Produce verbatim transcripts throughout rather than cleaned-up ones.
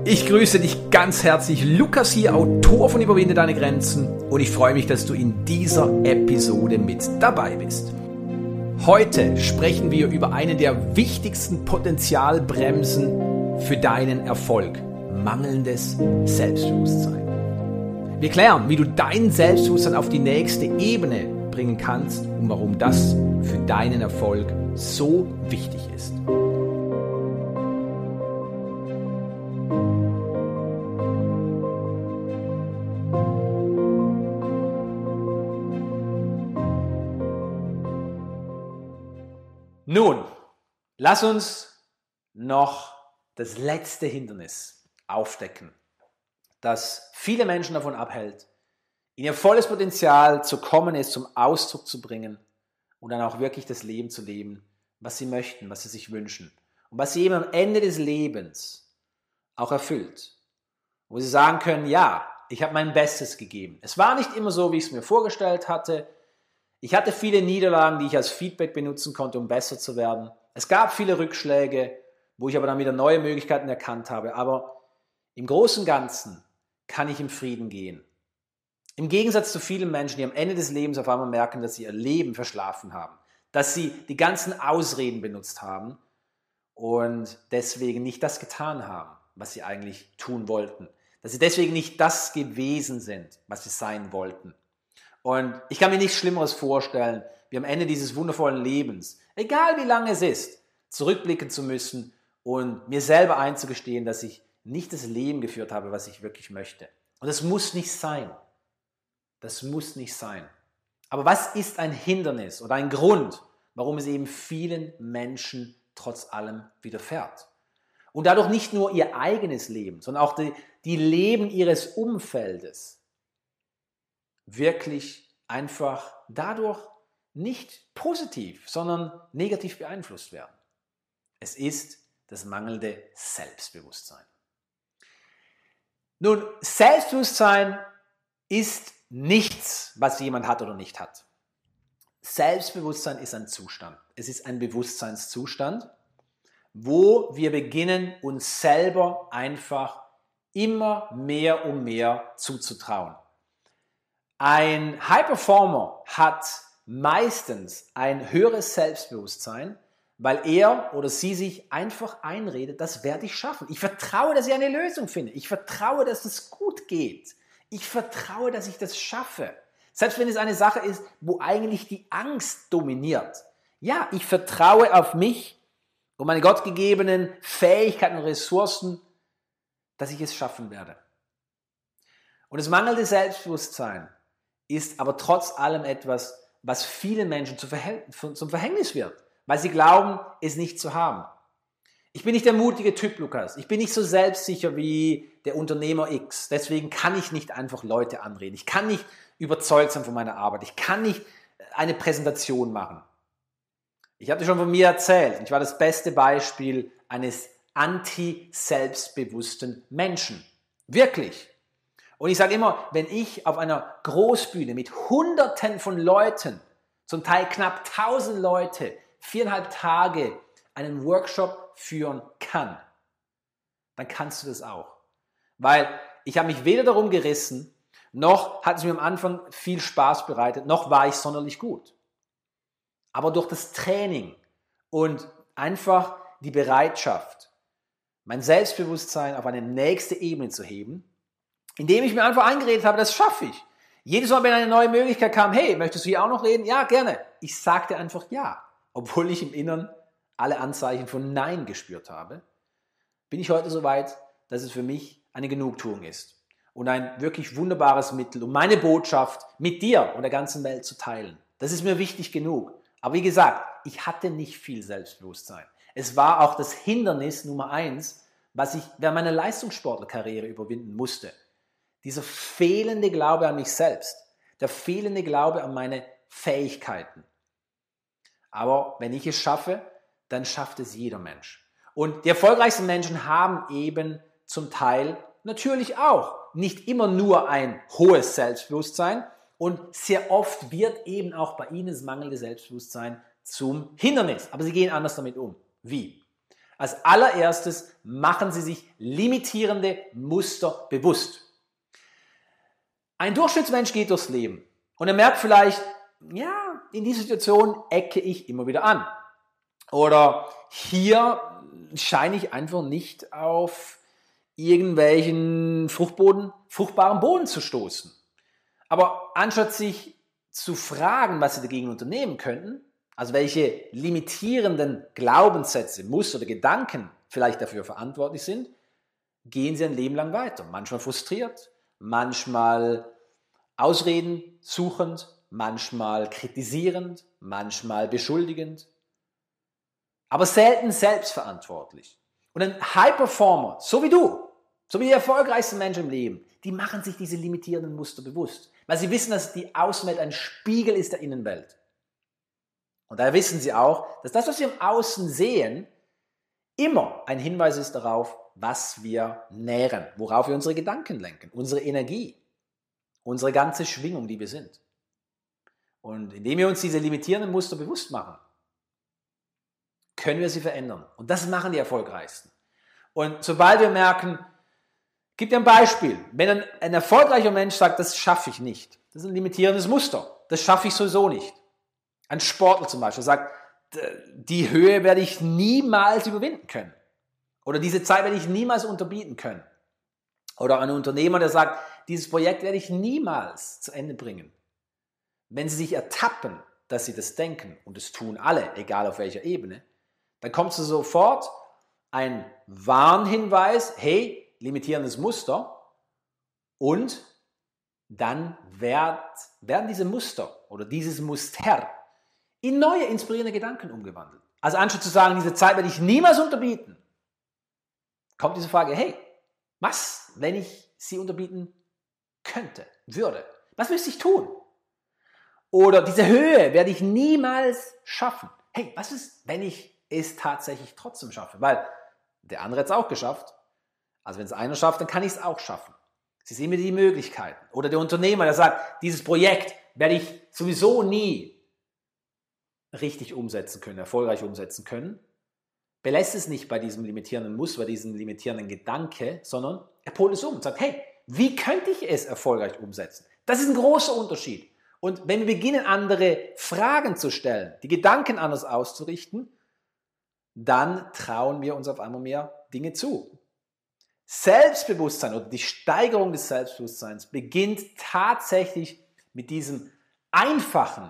Ich grüße dich ganz herzlich, Lukas hier, Autor von Überwinde deine Grenzen, und ich freue mich, dass du in dieser Episode mit dabei bist. Heute sprechen wir über eine der wichtigsten Potenzialbremsen für deinen Erfolg: mangelndes Selbstbewusstsein. Wir klären, wie du dein Selbstbewusstsein auf die nächste Ebene bringen kannst und warum das für deinen Erfolg so wichtig ist. Nun, lass uns noch das letzte Hindernis aufdecken, das viele Menschen davon abhält, in ihr volles Potenzial zu kommen, es zum Ausdruck zu bringen und dann auch wirklich das Leben zu leben, was sie möchten, was sie sich wünschen und was sie eben am Ende des Lebens auch erfüllt. Wo sie sagen können, ja, ich habe mein Bestes gegeben. Es war nicht immer so, wie ich es mir vorgestellt hatte. Ich hatte viele Niederlagen, die ich als Feedback benutzen konnte, um besser zu werden. Es gab viele Rückschläge, wo ich aber dann wieder neue Möglichkeiten erkannt habe. Aber im Großen und Ganzen kann ich im Frieden gehen. Im Gegensatz zu vielen Menschen, die am Ende des Lebens auf einmal merken, dass sie ihr Leben verschlafen haben, dass sie die ganzen Ausreden benutzt haben und deswegen nicht das getan haben, was sie eigentlich tun wollten. Dass sie deswegen nicht das gewesen sind, was sie sein wollten. Und ich kann mir nichts Schlimmeres vorstellen, wie am Ende dieses wundervollen Lebens, egal wie lange es ist, zurückblicken zu müssen und mir selber einzugestehen, dass ich nicht das Leben geführt habe, was ich wirklich möchte. Und das muss nicht sein. Das muss nicht sein. Aber was ist ein Hindernis oder ein Grund, warum es eben vielen Menschen trotz allem widerfährt? Und dadurch nicht nur ihr eigenes Leben, sondern auch die, die Leben ihres Umfeldes wirklich einfach dadurch nicht positiv, sondern negativ beeinflusst werden. Es ist das mangelnde Selbstbewusstsein. Nun, Selbstbewusstsein ist nichts, was jemand hat oder nicht hat. Selbstbewusstsein ist ein Zustand. Es ist ein Bewusstseinszustand, wo wir beginnen, uns selber einfach immer mehr und mehr zuzutrauen. Ein High-Performer hat meistens ein höheres Selbstbewusstsein, weil er oder sie sich einfach einredet, das werde ich schaffen. Ich vertraue, dass ich eine Lösung finde. Ich vertraue, dass es gut geht. Ich vertraue, dass ich das schaffe. Selbst wenn es eine Sache ist, wo eigentlich die Angst dominiert. Ja, ich vertraue auf mich und meine gottgegebenen Fähigkeiten und Ressourcen, dass ich es schaffen werde. Und das mangelnde Selbstbewusstsein ist aber trotz allem etwas, was vielen Menschen zum Verhängnis wird, weil sie glauben, es nicht zu haben. Ich bin nicht der mutige Typ, Lukas. Ich bin nicht so selbstsicher wie der Unternehmer X. Deswegen kann ich nicht einfach Leute anreden. Ich kann nicht überzeugt sein von meiner Arbeit. Ich kann nicht eine Präsentation machen. Ich habe dir schon von mir erzählt. Ich war das beste Beispiel eines anti-selbstbewussten Menschen. Wirklich. Und ich sage immer, wenn ich auf einer Großbühne mit Hunderten von Leuten, zum Teil knapp tausend Leute, viereinhalb Tage einen Workshop führen kann, dann kannst du das auch. Weil ich habe mich weder darum gerissen, noch hat es mir am Anfang viel Spaß bereitet, noch war ich sonderlich gut. Aber durch das Training und einfach die Bereitschaft, mein Selbstbewusstsein auf eine nächste Ebene zu heben, indem ich mir einfach eingeredet habe, das schaffe ich. Jedes Mal, wenn eine neue Möglichkeit kam, hey, möchtest du hier auch noch reden? Ja, gerne. Ich sagte einfach ja, obwohl ich im Inneren alle Anzeichen von Nein gespürt habe, bin ich heute so weit, dass es für mich eine Genugtuung ist und ein wirklich wunderbares Mittel, um meine Botschaft mit dir und der ganzen Welt zu teilen. Das ist mir wichtig genug. Aber wie gesagt, ich hatte nicht viel Selbstbewusstsein. Es war auch das Hindernis Nummer eins, was ich während meiner Leistungssportlerkarriere überwinden musste. Dieser fehlende Glaube an mich selbst, der fehlende Glaube an meine Fähigkeiten. Aber wenn ich es schaffe, dann schafft es jeder Mensch. Und die erfolgreichsten Menschen haben eben zum Teil natürlich auch nicht immer nur ein hohes Selbstbewusstsein und sehr oft wird eben auch bei ihnen das mangelnde Selbstbewusstsein zum Hindernis. Aber sie gehen anders damit um. Wie? Als allererstes machen Sie sich limitierende Muster bewusst. Ein Durchschnittsmensch geht durchs Leben und er merkt vielleicht, ja, in dieser Situation ecke ich immer wieder an. Oder hier scheine ich einfach nicht auf irgendwelchen Fruchtboden, fruchtbaren Boden zu stoßen. Aber anstatt sich zu fragen, was Sie dagegen unternehmen könnten, also welche limitierenden Glaubenssätze, Muster oder Gedanken vielleicht dafür verantwortlich sind, gehen Sie ein Leben lang weiter. Manchmal frustriert, manchmal Ausreden suchend, manchmal kritisierend, manchmal beschuldigend, aber selten selbstverantwortlich. Und ein High-Performer, so wie du, so wie die erfolgreichsten Menschen im Leben, die machen sich diese limitierenden Muster bewusst, weil sie wissen, dass die Außenwelt ein Spiegel ist der Innenwelt. Und daher wissen sie auch, dass das, was wir im Außen sehen, immer ein Hinweis ist darauf, was wir nähren, worauf wir unsere Gedanken lenken, unsere Energie, unsere ganze Schwingung, die wir sind. Und indem wir uns diese limitierenden Muster bewusst machen, können wir sie verändern. Und das machen die Erfolgreichsten. Und sobald wir merken, gib dir ein Beispiel, wenn ein, ein erfolgreicher Mensch sagt, das schaffe ich nicht, das ist ein limitierendes Muster, das schaffe ich sowieso nicht. Ein Sportler zum Beispiel sagt, die Höhe werde ich niemals überwinden können. Oder diese Zeit werde ich niemals unterbieten können. Oder ein Unternehmer, der sagt, dieses Projekt werde ich niemals zu Ende bringen. Wenn Sie sich ertappen, dass Sie das denken, und das tun alle, egal auf welcher Ebene, dann kommt so sofort ein Warnhinweis, hey, limitierendes Muster, und dann werd, werden diese Muster oder dieses Muster in neue, inspirierende Gedanken umgewandelt. Also anstatt zu sagen, diese Zeit werde ich niemals unterbieten, kommt diese Frage, hey, was, wenn ich sie unterbieten könnte, würde? Was müsste ich tun? Oder diese Höhe werde ich niemals schaffen. Hey, was ist, wenn ich es tatsächlich trotzdem schaffe? Weil der andere hat es auch geschafft. Also wenn es einer schafft, dann kann ich es auch schaffen. Sie sehen mir die Möglichkeiten. Oder der Unternehmer, der sagt, dieses Projekt werde ich sowieso nie richtig umsetzen können, erfolgreich umsetzen können, belässt es nicht bei diesem limitierenden Muster, bei diesem limitierenden Gedanke, sondern er polt es um und sagt, hey, wie könnte ich es erfolgreich umsetzen? Das ist ein großer Unterschied. Und wenn wir beginnen, andere Fragen zu stellen, die Gedanken anders auszurichten, dann trauen wir uns auf einmal mehr Dinge zu. Selbstbewusstsein oder die Steigerung des Selbstbewusstseins beginnt tatsächlich mit diesem einfachen,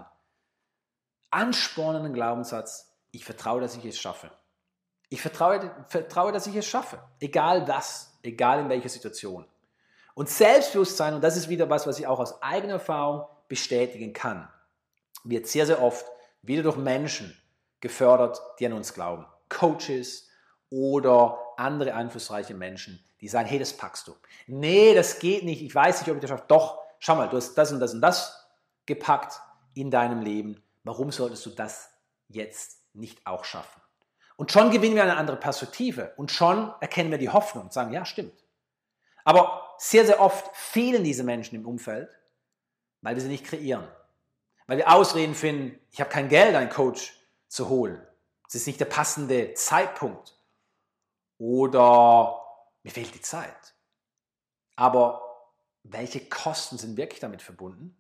anspornenden Glaubenssatz, ich vertraue, dass ich es schaffe. Ich vertraue, vertraue, dass ich es schaffe. Egal was, egal in welcher Situation. Und Selbstbewusstsein, und das ist wieder was, was ich auch aus eigener Erfahrung bestätigen kann, wird sehr, sehr oft wieder durch Menschen gefördert, die an uns glauben. Coaches oder andere einflussreiche Menschen, die sagen, hey, das packst du. Nee, das geht nicht, ich weiß nicht, ob ich das schaffe. Doch, schau mal, du hast das und das und das gepackt in deinem Leben. Warum solltest du das jetzt nicht auch schaffen? Und schon gewinnen wir eine andere Perspektive und schon erkennen wir die Hoffnung und sagen, ja, stimmt. Aber sehr, sehr oft fehlen diese Menschen im Umfeld, weil wir sie nicht kreieren. Weil wir Ausreden finden, ich habe kein Geld, einen Coach zu holen. Es ist nicht der passende Zeitpunkt. Oder mir fehlt die Zeit. Aber welche Kosten sind wirklich damit verbunden?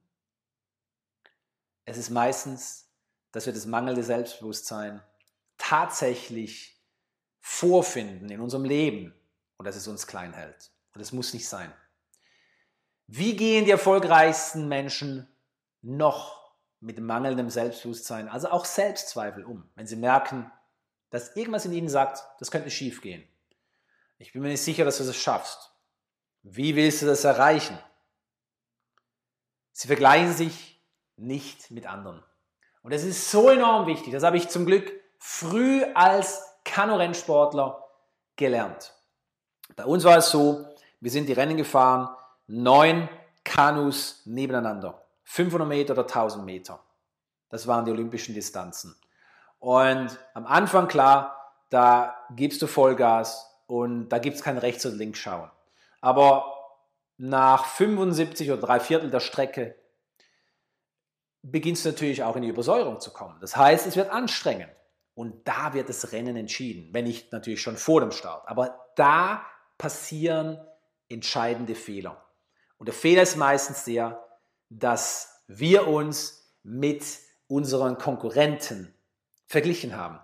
Es ist meistens, dass wir das mangelnde Selbstbewusstsein tatsächlich vorfinden in unserem Leben und dass es uns klein hält. Und es muss nicht sein. Wie gehen die erfolgreichsten Menschen noch mit mangelndem Selbstbewusstsein, also auch Selbstzweifel um, wenn sie merken, dass irgendwas in ihnen sagt, das könnte schief gehen. Ich bin mir nicht sicher, dass du das schaffst. Wie willst du das erreichen? Sie vergleichen sich nicht mit anderen. Und das ist so enorm wichtig. Das habe ich zum Glück früh als Kanu-Rennsportler gelernt. Bei uns war es so, wir sind die Rennen gefahren, neun Kanus nebeneinander. fünfhundert Meter oder tausend Meter. Das waren die olympischen Distanzen. Und am Anfang, klar, da gibst du Vollgas und da gibt es kein Rechts- und Linksschauen. Aber nach fünfundsiebzig oder drei Viertel der Strecke beginnst du natürlich auch in die Übersäuerung zu kommen. Das heißt, es wird anstrengend. Und da wird das Rennen entschieden, wenn nicht natürlich schon vor dem Start. Aber da passieren entscheidende Fehler. Und der Fehler ist meistens der, dass wir uns mit unseren Konkurrenten verglichen haben.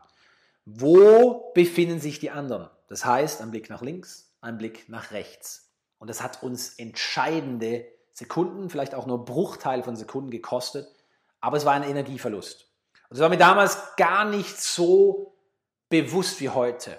Wo befinden sich die anderen? Das heißt, ein Blick nach links, ein Blick nach rechts. Und das hat uns entscheidende Sekunden, vielleicht auch nur Bruchteile von Sekunden gekostet, aber es war ein Energieverlust. Und das war mir damals gar nicht so bewusst wie heute.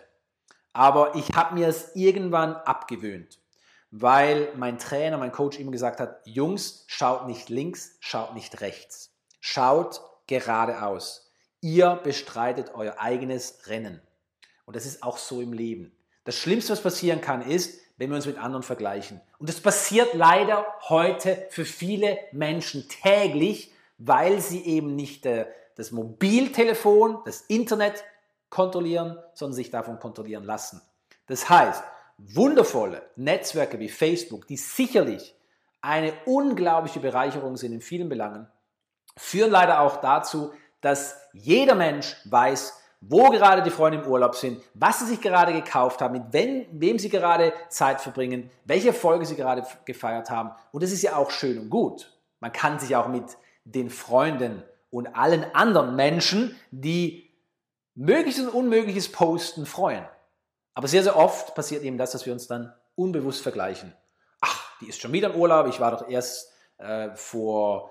Aber ich habe mir es irgendwann abgewöhnt, weil mein Trainer, mein Coach immer gesagt hat, Jungs, schaut nicht links, schaut nicht rechts. Schaut geradeaus. Ihr bestreitet euer eigenes Rennen. Und das ist auch so im Leben. Das Schlimmste, was passieren kann, ist, wenn wir uns mit anderen vergleichen. Und das passiert leider heute für viele Menschen täglich, weil sie eben nicht äh, das Mobiltelefon, das Internet kontrollieren, sondern sich davon kontrollieren lassen. Das heißt, wundervolle Netzwerke wie Facebook, die sicherlich eine unglaubliche Bereicherung sind in vielen Belangen, führen leider auch dazu, dass jeder Mensch weiß, wo gerade die Freunde im Urlaub sind, was sie sich gerade gekauft haben, mit wem, wem sie gerade Zeit verbringen, welche Erfolge sie gerade gefeiert haben. Und das ist ja auch schön und gut. Man kann sich auch mit den Freunden und allen anderen Menschen, die Mögliches und Unmögliches posten, freuen. Aber sehr, sehr oft passiert eben das, dass wir uns dann unbewusst vergleichen. Ach, die ist schon wieder im Urlaub, ich war doch erst äh, vor...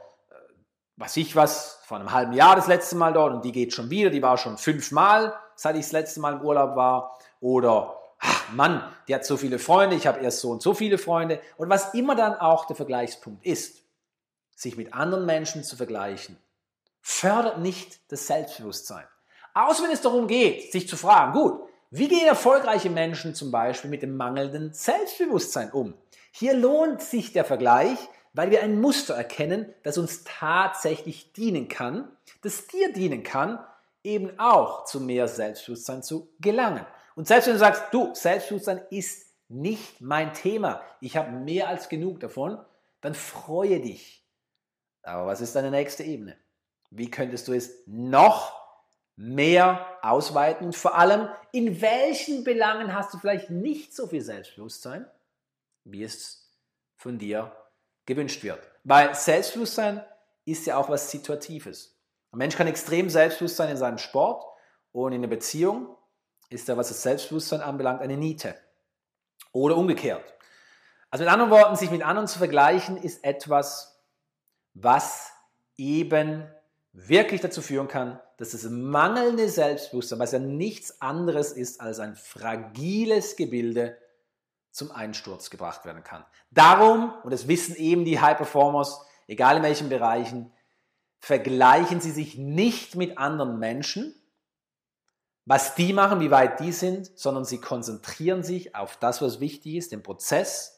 was ich was, vor einem halben Jahr das letzte Mal dort und die geht schon wieder, die war schon fünfmal, seit ich das letzte Mal im Urlaub war. Oder, ach Mann, die hat so viele Freunde, ich habe erst so und so viele Freunde. Und was immer dann auch der Vergleichspunkt ist, sich mit anderen Menschen zu vergleichen, fördert nicht das Selbstbewusstsein. Außer wenn es darum geht, sich zu fragen, gut, wie gehen erfolgreiche Menschen zum Beispiel mit dem mangelnden Selbstbewusstsein um? Hier lohnt sich der Vergleich, weil wir ein Muster erkennen, das uns tatsächlich dienen kann, das dir dienen kann, eben auch zu mehr Selbstbewusstsein zu gelangen. Und selbst wenn du sagst, du, Selbstbewusstsein ist nicht mein Thema, ich habe mehr als genug davon, dann freue dich. Aber was ist deine nächste Ebene? Wie könntest du es noch mehr ausweiten? Und vor allem, in welchen Belangen hast du vielleicht nicht so viel Selbstbewusstsein, wie es von dir gewünscht wird. Weil Selbstbewusstsein ist ja auch was Situatives. Ein Mensch kann extrem selbstbewusst sein in seinem Sport und in der Beziehung ist er, was das Selbstbewusstsein anbelangt, eine Niete. Oder umgekehrt. Also mit anderen Worten, sich mit anderen zu vergleichen, ist etwas, was eben wirklich dazu führen kann, dass das mangelnde Selbstbewusstsein, was ja nichts anderes ist als ein fragiles Gebilde, zum Einsturz gebracht werden kann. Darum, und das wissen eben die High Performers, egal in welchen Bereichen, vergleichen sie sich nicht mit anderen Menschen, was die machen, wie weit die sind, sondern sie konzentrieren sich auf das, was wichtig ist, den Prozess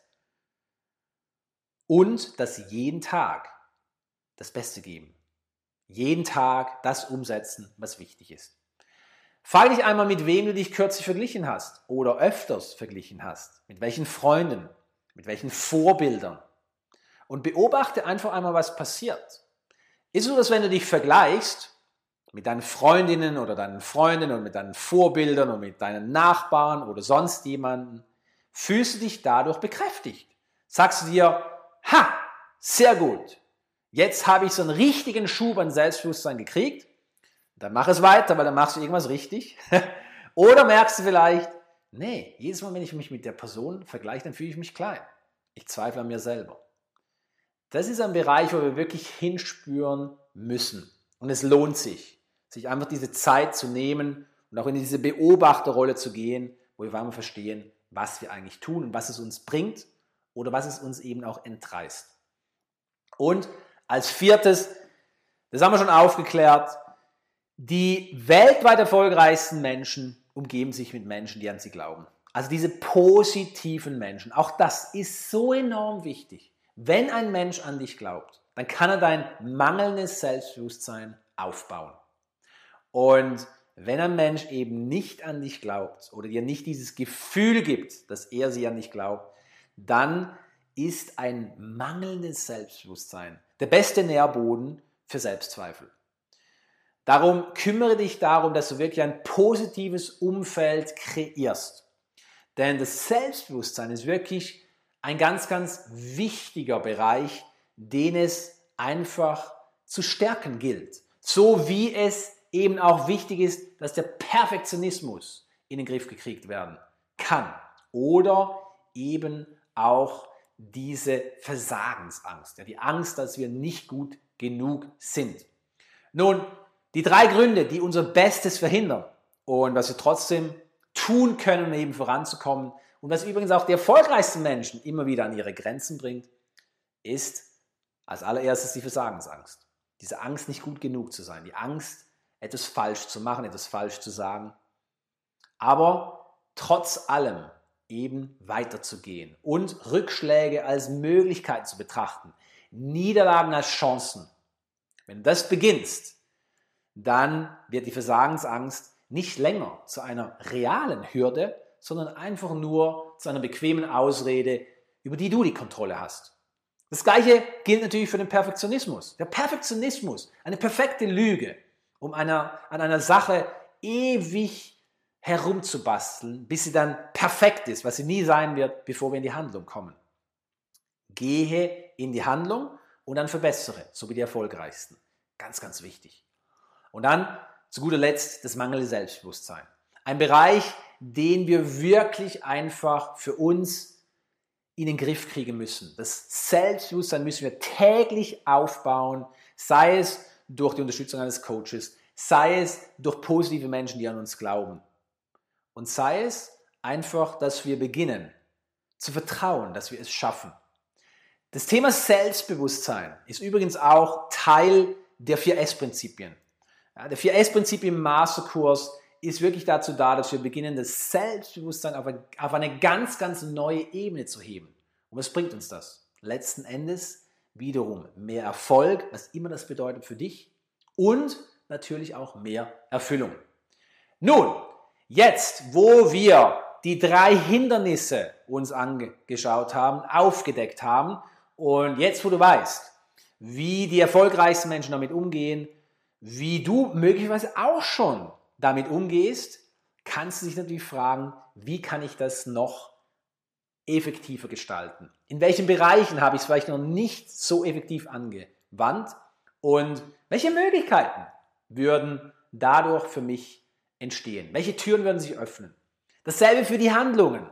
und dass sie jeden Tag das Beste geben. Jeden Tag das umsetzen, was wichtig ist. Frage dich einmal, mit wem du dich kürzlich verglichen hast oder öfters verglichen hast. Mit welchen Freunden, mit welchen Vorbildern. Und beobachte einfach einmal, was passiert. Ist es so, dass wenn du dich vergleichst mit deinen Freundinnen oder deinen Freunden und mit deinen Vorbildern und mit deinen Nachbarn oder sonst jemanden, fühlst du dich dadurch bekräftigt? Sagst du dir, ha, sehr gut, jetzt habe ich so einen richtigen Schub an Selbstbewusstsein gekriegt, dann mach es weiter, weil dann machst du irgendwas richtig. Oder merkst du vielleicht, nee, jedes Mal, wenn ich mich mit der Person vergleiche, dann fühle ich mich klein. Ich zweifle an mir selber. Das ist ein Bereich, wo wir wirklich hinspüren müssen. Und es lohnt sich, sich einfach diese Zeit zu nehmen und auch in diese Beobachterrolle zu gehen, wo wir einmal verstehen, was wir eigentlich tun und was es uns bringt oder was es uns eben auch entreißt. Und als viertes, das haben wir schon aufgeklärt, die weltweit erfolgreichsten Menschen umgeben sich mit Menschen, die an sie glauben. Also diese positiven Menschen. Auch das ist so enorm wichtig. Wenn ein Mensch an dich glaubt, dann kann er dein mangelndes Selbstbewusstsein aufbauen. Und wenn ein Mensch eben nicht an dich glaubt oder dir nicht dieses Gefühl gibt, dass er sie an dich glaubt, dann ist ein mangelndes Selbstbewusstsein der beste Nährboden für Selbstzweifel. Darum kümmere dich darum, dass du wirklich ein positives Umfeld kreierst. Denn das Selbstbewusstsein ist wirklich ein ganz, ganz wichtiger Bereich, den es einfach zu stärken gilt. So wie es eben auch wichtig ist, dass der Perfektionismus in den Griff gekriegt werden kann. Oder eben auch diese Versagensangst, ja, die Angst, dass wir nicht gut genug sind. Nun, die drei Gründe, die unser Bestes verhindern und was wir trotzdem tun können, um eben voranzukommen und was übrigens auch die erfolgreichsten Menschen immer wieder an ihre Grenzen bringt, ist als allererstes die Versagensangst. Diese Angst, nicht gut genug zu sein, die Angst, etwas falsch zu machen, etwas falsch zu sagen, aber trotz allem eben weiterzugehen und Rückschläge als Möglichkeiten zu betrachten, Niederlagen als Chancen. Wenn du das beginnst, dann wird die Versagensangst nicht länger zu einer realen Hürde, sondern einfach nur zu einer bequemen Ausrede, über die du die Kontrolle hast. Das Gleiche gilt natürlich für den Perfektionismus. Der Perfektionismus, eine perfekte Lüge, um einer, an einer Sache ewig herumzubasteln, bis sie dann perfekt ist, was sie nie sein wird, bevor wir in die Handlung kommen. Gehe in die Handlung und dann verbessere, so wie die Erfolgreichsten. Ganz, ganz wichtig. Und dann zu guter Letzt das mangelnde Selbstbewusstsein. Ein Bereich, den wir wirklich einfach für uns in den Griff kriegen müssen. Das Selbstbewusstsein müssen wir täglich aufbauen, sei es durch die Unterstützung eines Coaches, sei es durch positive Menschen, die an uns glauben. Und sei es einfach, dass wir beginnen zu vertrauen, dass wir es schaffen. Das Thema Selbstbewusstsein ist übrigens auch Teil der vier S-Prinzipien. Ja, der vier S-Prinzipien im Masterkurs ist wirklich dazu da, dass wir beginnen, das Selbstbewusstsein auf eine, auf eine ganz, ganz neue Ebene zu heben. Und was bringt uns das? Letzten Endes wiederum mehr Erfolg, was immer das bedeutet für dich, und natürlich auch mehr Erfüllung. Nun, jetzt, wo wir die drei Hindernisse uns angeschaut haben, aufgedeckt haben, und jetzt, wo du weißt, wie die erfolgreichsten Menschen damit umgehen, wie du möglicherweise auch schon damit umgehst, kannst du dich natürlich fragen, wie kann ich das noch effektiver gestalten? In welchen Bereichen habe ich es vielleicht noch nicht so effektiv angewandt und welche Möglichkeiten würden dadurch für mich entstehen? Welche Türen würden sich öffnen? Dasselbe für die Handlungen,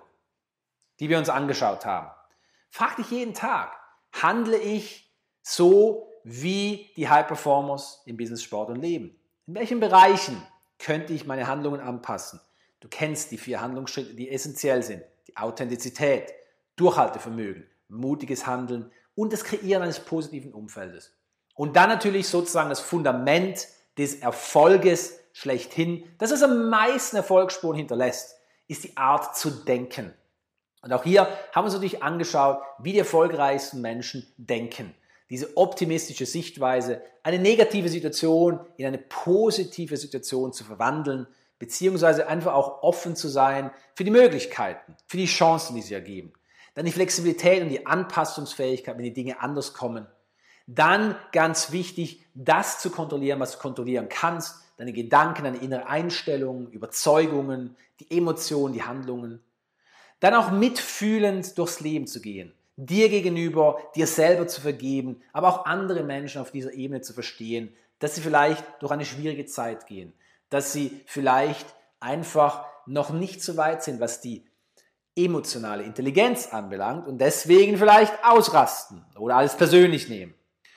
die wir uns angeschaut haben. Frag dich jeden Tag, handle ich so wie die High Performers im Business, Sport und Leben? In welchen Bereichen könnte ich meine Handlungen anpassen? Du kennst die vier Handlungsschritte, die essentiell sind. Die Authentizität, Durchhaltevermögen, mutiges Handeln und das Kreieren eines positiven Umfeldes. Und dann natürlich sozusagen das Fundament des Erfolges schlechthin, das was am meisten Erfolgsspuren hinterlässt, ist die Art zu denken. Und auch hier haben wir uns natürlich angeschaut, wie die erfolgreichsten Menschen denken. Diese optimistische Sichtweise, eine negative Situation in eine positive Situation zu verwandeln, beziehungsweise einfach auch offen zu sein für die Möglichkeiten, für die Chancen, die sie ergeben. Dann die Flexibilität und die Anpassungsfähigkeit, wenn die Dinge anders kommen. Dann ganz wichtig, das zu kontrollieren, was du kontrollieren kannst, deine Gedanken, deine innere Einstellung, Überzeugungen, die Emotionen, die Handlungen. Dann auch mitfühlend durchs Leben zu gehen. Dir gegenüber, dir selber zu vergeben, aber auch andere Menschen auf dieser Ebene zu verstehen, dass sie vielleicht durch eine schwierige Zeit gehen, dass sie vielleicht einfach noch nicht so weit sind, was die emotionale Intelligenz anbelangt und deswegen vielleicht ausrasten oder alles persönlich nehmen.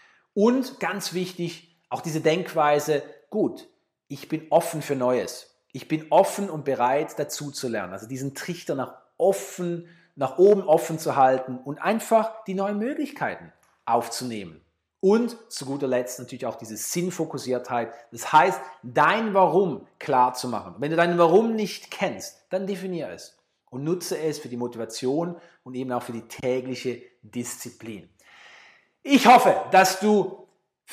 Und ganz wichtig, auch diese Denkweise, gut, ich bin offen für Neues. Ich bin offen und bereit, dazu zu lernen. Also diesen Trichter nach offen nach oben offen zu halten und einfach die neuen Möglichkeiten aufzunehmen. Und zu guter Letzt natürlich auch diese Sinnfokussiertheit. Das heißt, dein Warum klar zu machen. Wenn du dein Warum nicht kennst, dann definiere es und nutze es für die Motivation und eben auch für die tägliche Disziplin. Ich hoffe, dass du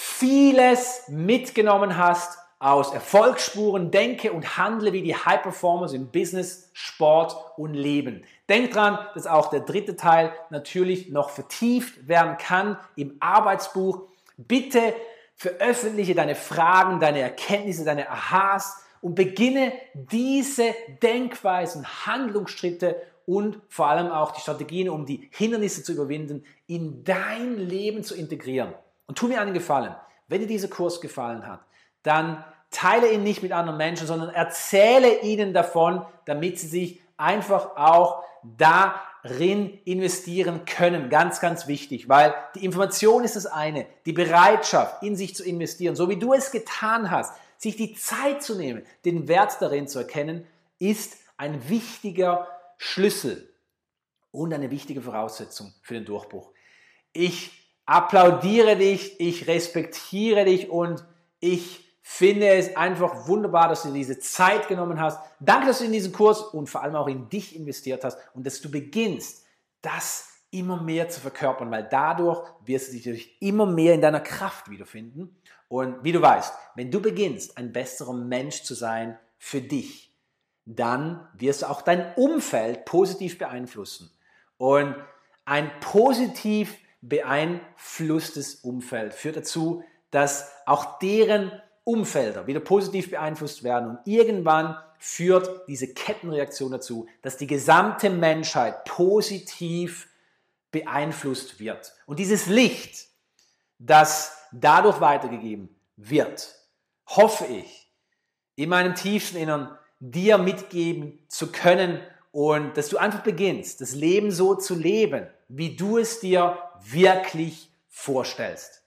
vieles mitgenommen hast aus Erfolgsspuren, denke und handle wie die High Performers im Business, Sport und Leben. Denk dran, dass auch der dritte Teil natürlich noch vertieft werden kann im Arbeitsbuch. Bitte veröffentliche deine Fragen, deine Erkenntnisse, deine Aha's und beginne diese Denkweisen, Handlungsschritte und vor allem auch die Strategien, um die Hindernisse zu überwinden, in dein Leben zu integrieren. Und tu mir einen Gefallen, wenn dir dieser Kurs gefallen hat, dann teile ihn nicht mit anderen Menschen, sondern erzähle ihnen davon, damit sie sich einfach auch darin investieren können. Ganz, ganz wichtig, weil die Information ist das eine, die Bereitschaft, in sich zu investieren, so wie du es getan hast, sich die Zeit zu nehmen, den Wert darin zu erkennen, ist ein wichtiger Schlüssel und eine wichtige Voraussetzung für den Durchbruch. Ich applaudiere dich, ich respektiere dich und ich finde es einfach wunderbar, dass du diese Zeit genommen hast. Danke, dass du in diesen Kurs und vor allem auch in dich investiert hast und dass du beginnst, das immer mehr zu verkörpern, weil dadurch wirst du dich natürlich immer mehr in deiner Kraft wiederfinden. Und wie du weißt, wenn du beginnst, ein besserer Mensch zu sein für dich, dann wirst du auch dein Umfeld positiv beeinflussen. Und ein positiv beeinflusstes Umfeld führt dazu, dass auch deren Umfelder wieder positiv beeinflusst werden und irgendwann führt diese Kettenreaktion dazu, dass die gesamte Menschheit positiv beeinflusst wird. Und dieses Licht, das dadurch weitergegeben wird, hoffe ich, in meinem tiefsten Innern dir mitgeben zu können und dass du einfach beginnst, das Leben so zu leben, wie du es dir wirklich vorstellst.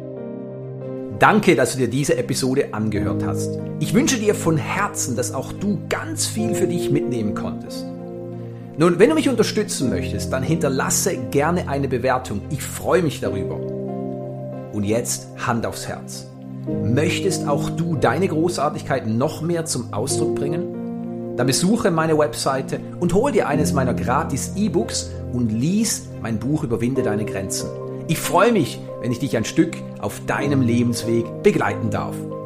Danke, dass du dir diese Episode angehört hast. Ich wünsche dir von Herzen, dass auch du ganz viel für dich mitnehmen konntest. Nun, wenn du mich unterstützen möchtest, dann hinterlasse gerne eine Bewertung. Ich freue mich darüber. Und jetzt Hand aufs Herz. Möchtest auch du deine Großartigkeit noch mehr zum Ausdruck bringen? Dann besuche meine Webseite und hol dir eines meiner gratis E-Books und lies mein Buch Überwinde deine Grenzen. Ich freue mich, wenn ich dich ein Stück auf deinem Lebensweg begleiten darf.